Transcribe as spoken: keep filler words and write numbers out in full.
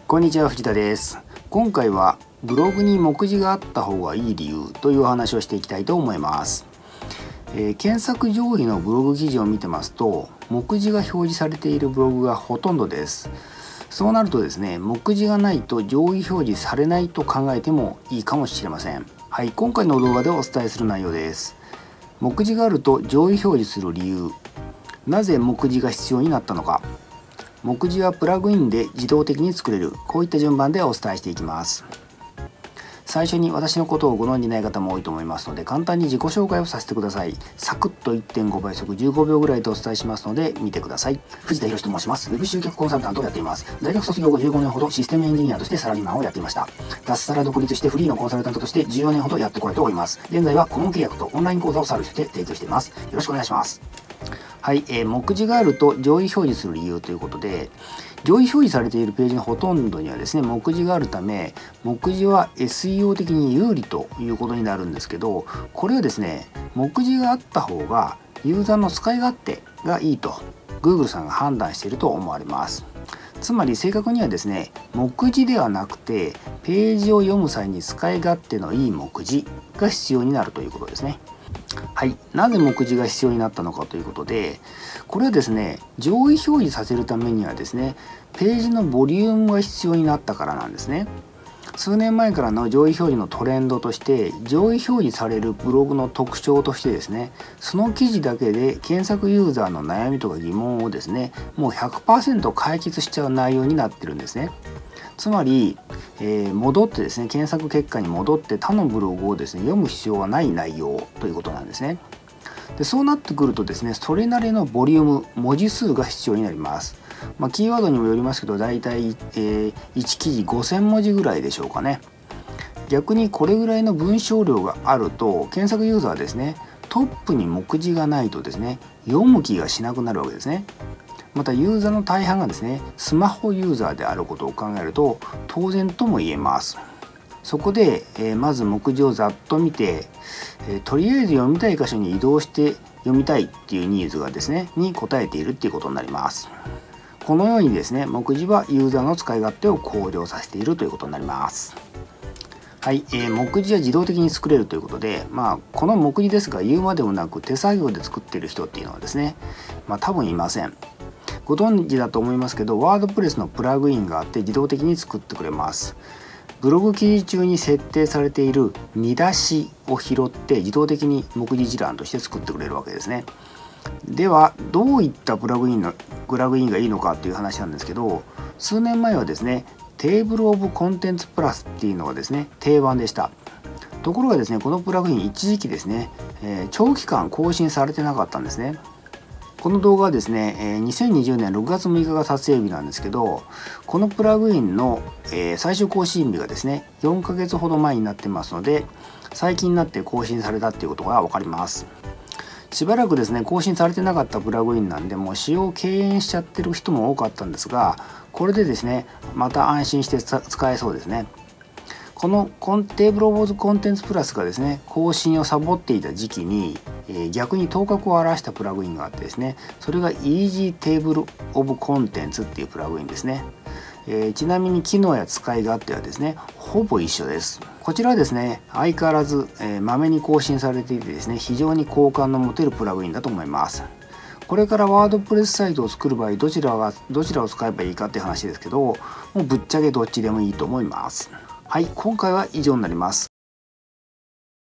こんにちは、藤田です。今回はブログに目次があった方がいい理由というお話をしていきたいと思います。えー、検索上位のブログ記事を見てますと、目次が表示されているブログがほとんどです。そうなるとですね、目次がないと上位表示されないと考えてもいいかもしれません。はい、今回の動画でお伝えする内容です。目次があると上位表示する理由、なぜ目次が必要になったのか、目次はプラグインで自動的に作れる、こういった順番でお伝えしていきます。最初に私のことをご存じない方も多いと思いますので、簡単に自己紹介をさせてください。サクッと いってんご 倍速じゅうごびょうぐらいとお伝えしますので見てください。藤田博と申します。ウェブ集客コンサルタントをやっています。大学卒業後じゅうごねんほどシステムエンジニアとしてサラリーマンをやっていました。脱サラ独立してフリーのコンサルタントとしてじゅうよねんほどやってこられております。現在は顧問契約とオンライン講座をサービスして提供しています。よろしくお願いします。はい、えー、目次があると上位表示する理由ということで、上位表示されているページのほとんどにはですね、目次があるため、目次は エスイーオー 的に有利ということになるんですけど、これはですね、目次があった方がユーザーの使い勝手がいいと Google さんが判断していると思われます。つまり正確にはですね、目次ではなくてページを読む際に使い勝手のいい目次が必要になるということですね。はい、なぜ目次が必要になったのかということで、これはですね、上位表示させるためにはですね、ページのボリュームが必要になったからなんですね。数年前からの上位表示のトレンドとして、上位表示されるブログの特徴としてですね、その記事だけで検索ユーザーの悩みとか疑問をですね、もう ひゃくパーセント 解決しちゃう内容になってるんですね。つまり、えー、戻ってですね、検索結果に戻って他のブログをですね、読む必要がない内容ということなんですね。でそうなってくるとですね、それなりのボリューム、文字数が必要になります。まあ、キーワードにもよりますけど、だいたい、えー、いち記事ごせんもじぐらいでしょうかね。逆にこれぐらいの文章量があると、検索ユーザーはですね、トップに目次がないとですね、読む気がしなくなるわけですね。またユーザーの大半がですね、スマホユーザーであることを考えると当然とも言えます。そこで、えー、まず目次をざっと見て、えー、とりあえず読みたい箇所に移動して読みたいっていうニーズがですねに応えているっていうことになります。このようにですね、目次はユーザーの使い勝手を向上させているということになります。はい、えー、目次は自動的に作れるということで、まあこの目次ですが、言うまでもなく手作業で作っている人っていうのはですね、まあ多分いません。ご存知だと思いますけど、ワードプレスのプラグインがあって自動的に作ってくれます。ブログ記事中に設定されている見出しを拾って自動的に目次一覧として作ってくれるわけですね。ではどういったプラグインのプラグインがいいのかっていう話なんですけど、数年前はですね、テーブルオブコンテンツプラスっていうのがですね定番でした。ところがですね、このプラグイン一時期ですね、えー、長期間更新されてなかったんですね。この動画はですね、にせんにじゅうねんろくがつむいかが撮影日なんですけど、このプラグインの最終更新日がですね、よんかげつほど前になってますので、最近になって更新されたっていうことが分かります。しばらくですね、更新されてなかったプラグインなんで、もう使用を敬遠しちゃってる人も多かったんですが、これでですね、また安心して使えそうですね。このコンテーブルオブコンテンツプラスがですね、更新をサボっていた時期に、えー、逆に頭角を表したプラグインがあってですね、それが Easy Table of Contents っていうプラグインですね。えー、ちなみに機能や使い勝手はですね、ほぼ一緒です。こちらはですね、相変わらず、えー、まめに更新されていてですね、非常に好感の持てるプラグインだと思います。これからワードプレスサイトを作る場合、どちらがどちらを使えばいいかっていう話ですけど、もうぶっちゃけどっちでもいいと思います。はい、今回は以上になります。